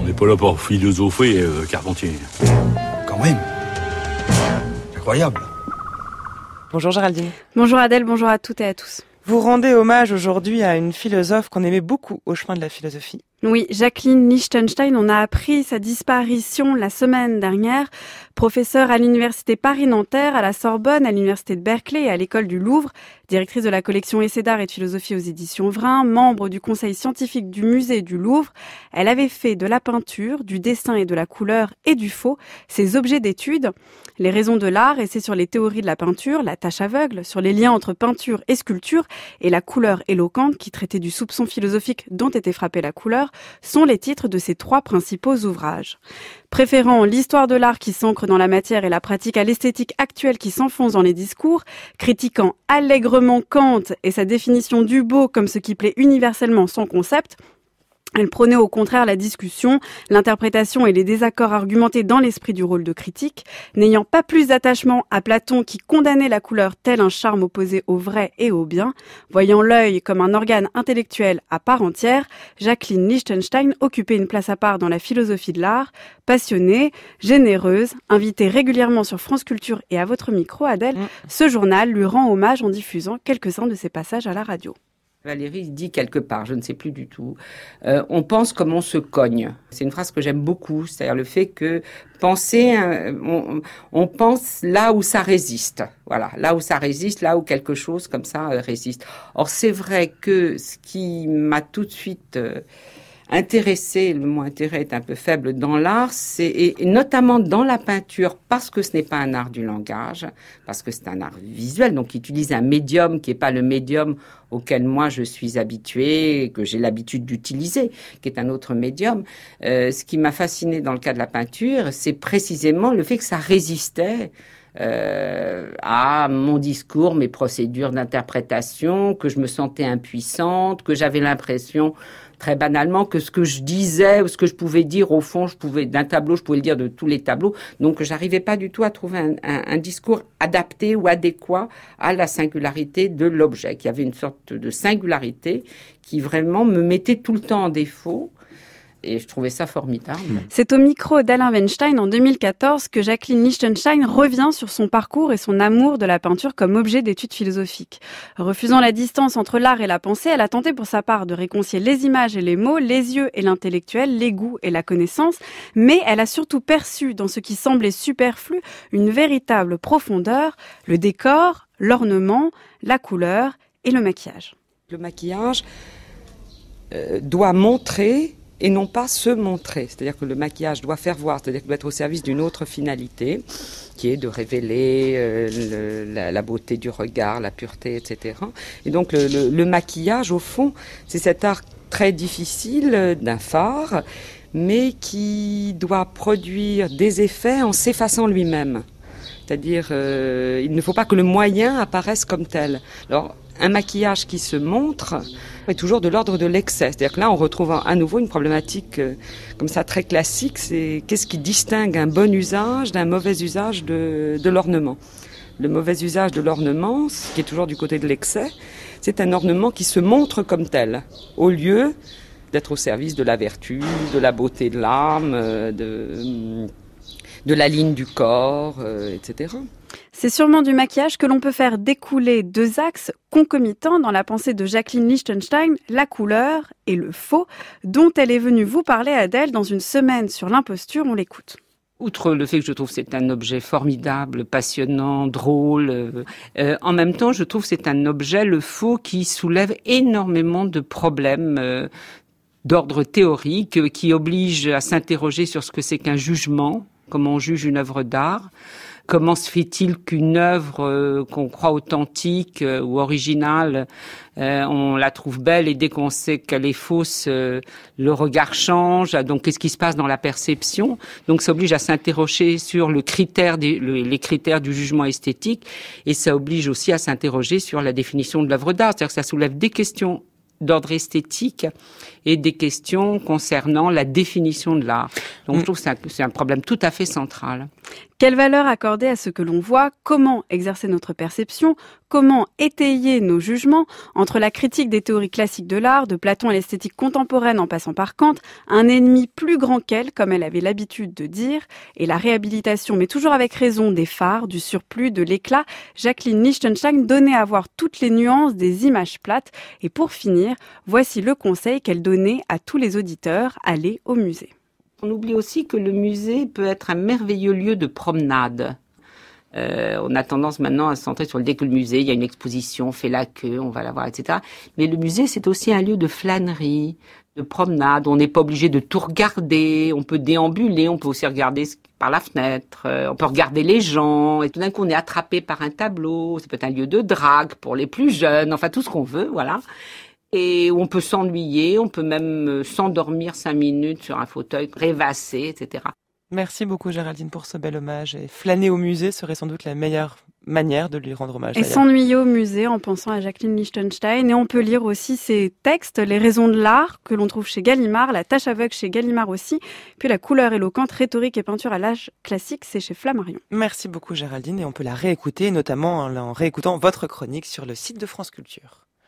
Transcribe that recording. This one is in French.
On n'est pas là pour philosopher, Carpentier. Quand même. Incroyable. Bonjour Géraldine. Bonjour Adèle, bonjour à toutes et à tous. Vous rendez hommage aujourd'hui à une philosophe qu'on aimait beaucoup au chemin de la philosophie. Oui, Jacqueline Lichtenstein, on a appris sa disparition la semaine dernière. Professeure à l'université Paris-Nanterre, à la Sorbonne, à l'université de Berkeley et à l'école du Louvre, directrice de la collection Essais d'art et de philosophie aux éditions Vrin, membre du conseil scientifique du musée du Louvre, elle avait fait de la peinture, du dessin et de la couleur et du faux ses objets d'étude. Les raisons de l'art, essais sur les théories de la peinture, la tâche aveugle, sur les liens entre peinture et sculpture et la couleur éloquente qui traitait du soupçon philosophique dont était frappée la couleur, sont les titres de ses 3 principaux ouvrages. Préférant l'histoire de l'art qui s'ancre dans la matière et la pratique à l'esthétique actuelle qui s'enfonce dans les discours, critiquant allègrement Kant et sa définition du beau comme ce qui plaît universellement son concept, elle prônait au contraire la discussion, l'interprétation et les désaccords argumentés dans l'esprit du rôle de critique. N'ayant pas plus d'attachement à Platon qui condamnait la couleur tel un charme opposé au vrai et au bien, voyant l'œil comme un organe intellectuel à part entière, Jacqueline Lichtenstein occupait une place à part dans la philosophie de l'art, passionnée, généreuse, invitée régulièrement sur France Culture et à votre micro, Adèle. Ce journal lui rend hommage en diffusant quelques-uns de ses passages à la radio. Valérie dit quelque part, je ne sais plus du tout, on pense comme on se cogne. C'est une phrase que j'aime beaucoup, c'est-à-dire le fait que penser, on pense là où ça résiste. Voilà, là où ça résiste, là où quelque chose comme ça résiste. Or, c'est vrai que ce qui m'a tout de suite intéressé, le mot intérêt est un peu faible dans l'art, et notamment dans la peinture, parce que ce n'est pas un art du langage, parce que c'est un art visuel, donc qui utilise un médium qui n'est pas le médium auquel moi je suis habituée, que j'ai l'habitude d'utiliser, qui est un autre médium. Ce qui m'a fasciné dans le cas de la peinture, c'est précisément le fait que ça résistait à mon discours, mes procédures d'interprétation, que je me sentais impuissante, que j'avais l'impression très banalement que ce que je disais ou ce que je pouvais dire au fond, d'un tableau, je pouvais le dire de tous les tableaux. Donc, j'arrivais pas du tout à trouver un discours adapté ou adéquat à la singularité de l'objet, qui avait une sorte de singularité qui vraiment me mettait tout le temps en défaut. Et je trouvais ça formidable. C'est au micro d'Alain Weinstein en 2014 que Jacqueline Lichtenstein revient sur son parcours et son amour de la peinture comme objet d'étude philosophique. Refusant la distance entre l'art et la pensée, elle a tenté pour sa part de réconcilier les images et les mots, les yeux et l'intellectuel, les goûts et la connaissance, mais elle a surtout perçu dans ce qui semblait superflu une véritable profondeur, le décor, l'ornement, la couleur et le maquillage. Le maquillage doit montrer et non pas se montrer. C'est-à-dire que le maquillage doit faire voir, c'est-à-dire qu'il doit être au service d'une autre finalité, qui est de révéler la beauté du regard, la pureté, etc. Et donc le maquillage, au fond, c'est cet art très difficile d'un phare, mais qui doit produire des effets en s'effaçant lui-même. C'est-à-dire, il ne faut pas que le moyen apparaisse comme tel. Alors, un maquillage qui se montre est toujours de l'ordre de l'excès. C'est-à-dire que là, on retrouve à nouveau une problématique comme ça très classique. C'est qu'est-ce qui distingue un bon usage d'un mauvais usage de l'ornement. Le mauvais usage de l'ornement, ce qui est toujours du côté de l'excès, c'est un ornement qui se montre comme tel, au lieu d'être au service de la vertu, de la beauté de l'âme, de la ligne du corps, etc. C'est sûrement du maquillage que l'on peut faire découler 2 axes concomitants dans la pensée de Jacqueline Lichtenstein, la couleur et le faux, dont elle est venue vous parler, Adèle, dans une semaine sur l'imposture. On l'écoute. Outre le fait que je trouve que c'est un objet formidable, passionnant, drôle, en même temps, je trouve que c'est un objet, le faux, qui soulève énormément de problèmes d'ordre théorique, qui oblige à s'interroger sur ce que c'est qu'un jugement, comment on juge une œuvre d'art. Comment se fait-il qu'une œuvre qu'on croit authentique ou originale, on la trouve belle et dès qu'on sait qu'elle est fausse, le regard change. Donc, qu'est-ce qui se passe dans la perception? Donc, ça oblige à s'interroger sur les critères du jugement esthétique et ça oblige aussi à s'interroger sur la définition de l'œuvre d'art. C'est-à-dire que ça soulève des questions d'ordre esthétique et des questions concernant la définition de l'art. Donc, je trouve que c'est un problème tout à fait central. Quelle valeur accorder à ce que l'on voit? Comment exercer notre perception? Comment étayer nos jugements? Entre la critique des théories classiques de l'art, de Platon et l'esthétique contemporaine en passant par Kant, un ennemi plus grand qu'elle, comme elle avait l'habitude de dire, et la réhabilitation, mais toujours avec raison, des phares, du surplus, de l'éclat, Jacqueline Lichtenstein donnait à voir toutes les nuances des images plates. Et pour finir, voici le conseil qu'elle donnait à tous les auditeurs: allez au musée. On oublie aussi que le musée peut être un merveilleux lieu de promenade. On a tendance maintenant à se centrer sur le dès que le musée, il y a une exposition, on fait la queue, on va la voir, etc. Mais le musée, c'est aussi un lieu de flânerie, de promenade. On n'est pas obligé de tout regarder, on peut déambuler, on peut aussi regarder par la fenêtre, on peut regarder les gens, et tout d'un coup on est attrapé par un tableau. Ça peut être un lieu de drague pour les plus jeunes, enfin tout ce qu'on veut, voilà. Et on peut s'ennuyer, on peut même s'endormir 5 minutes sur un fauteuil, rêvasser, etc. Merci beaucoup Géraldine pour ce bel hommage. Et flâner au musée serait sans doute la meilleure manière de lui rendre hommage. Et s'ennuyer au musée en pensant à Jacqueline Lichtenstein. Et on peut lire aussi ses textes, Les raisons de l'art, que l'on trouve chez Gallimard, La tâche aveugle chez Gallimard aussi, puis La couleur éloquente, rhétorique et peinture à l'âge classique, c'est chez Flammarion. Merci beaucoup Géraldine, et on peut la réécouter, notamment en réécoutant votre chronique sur le site de France Culture.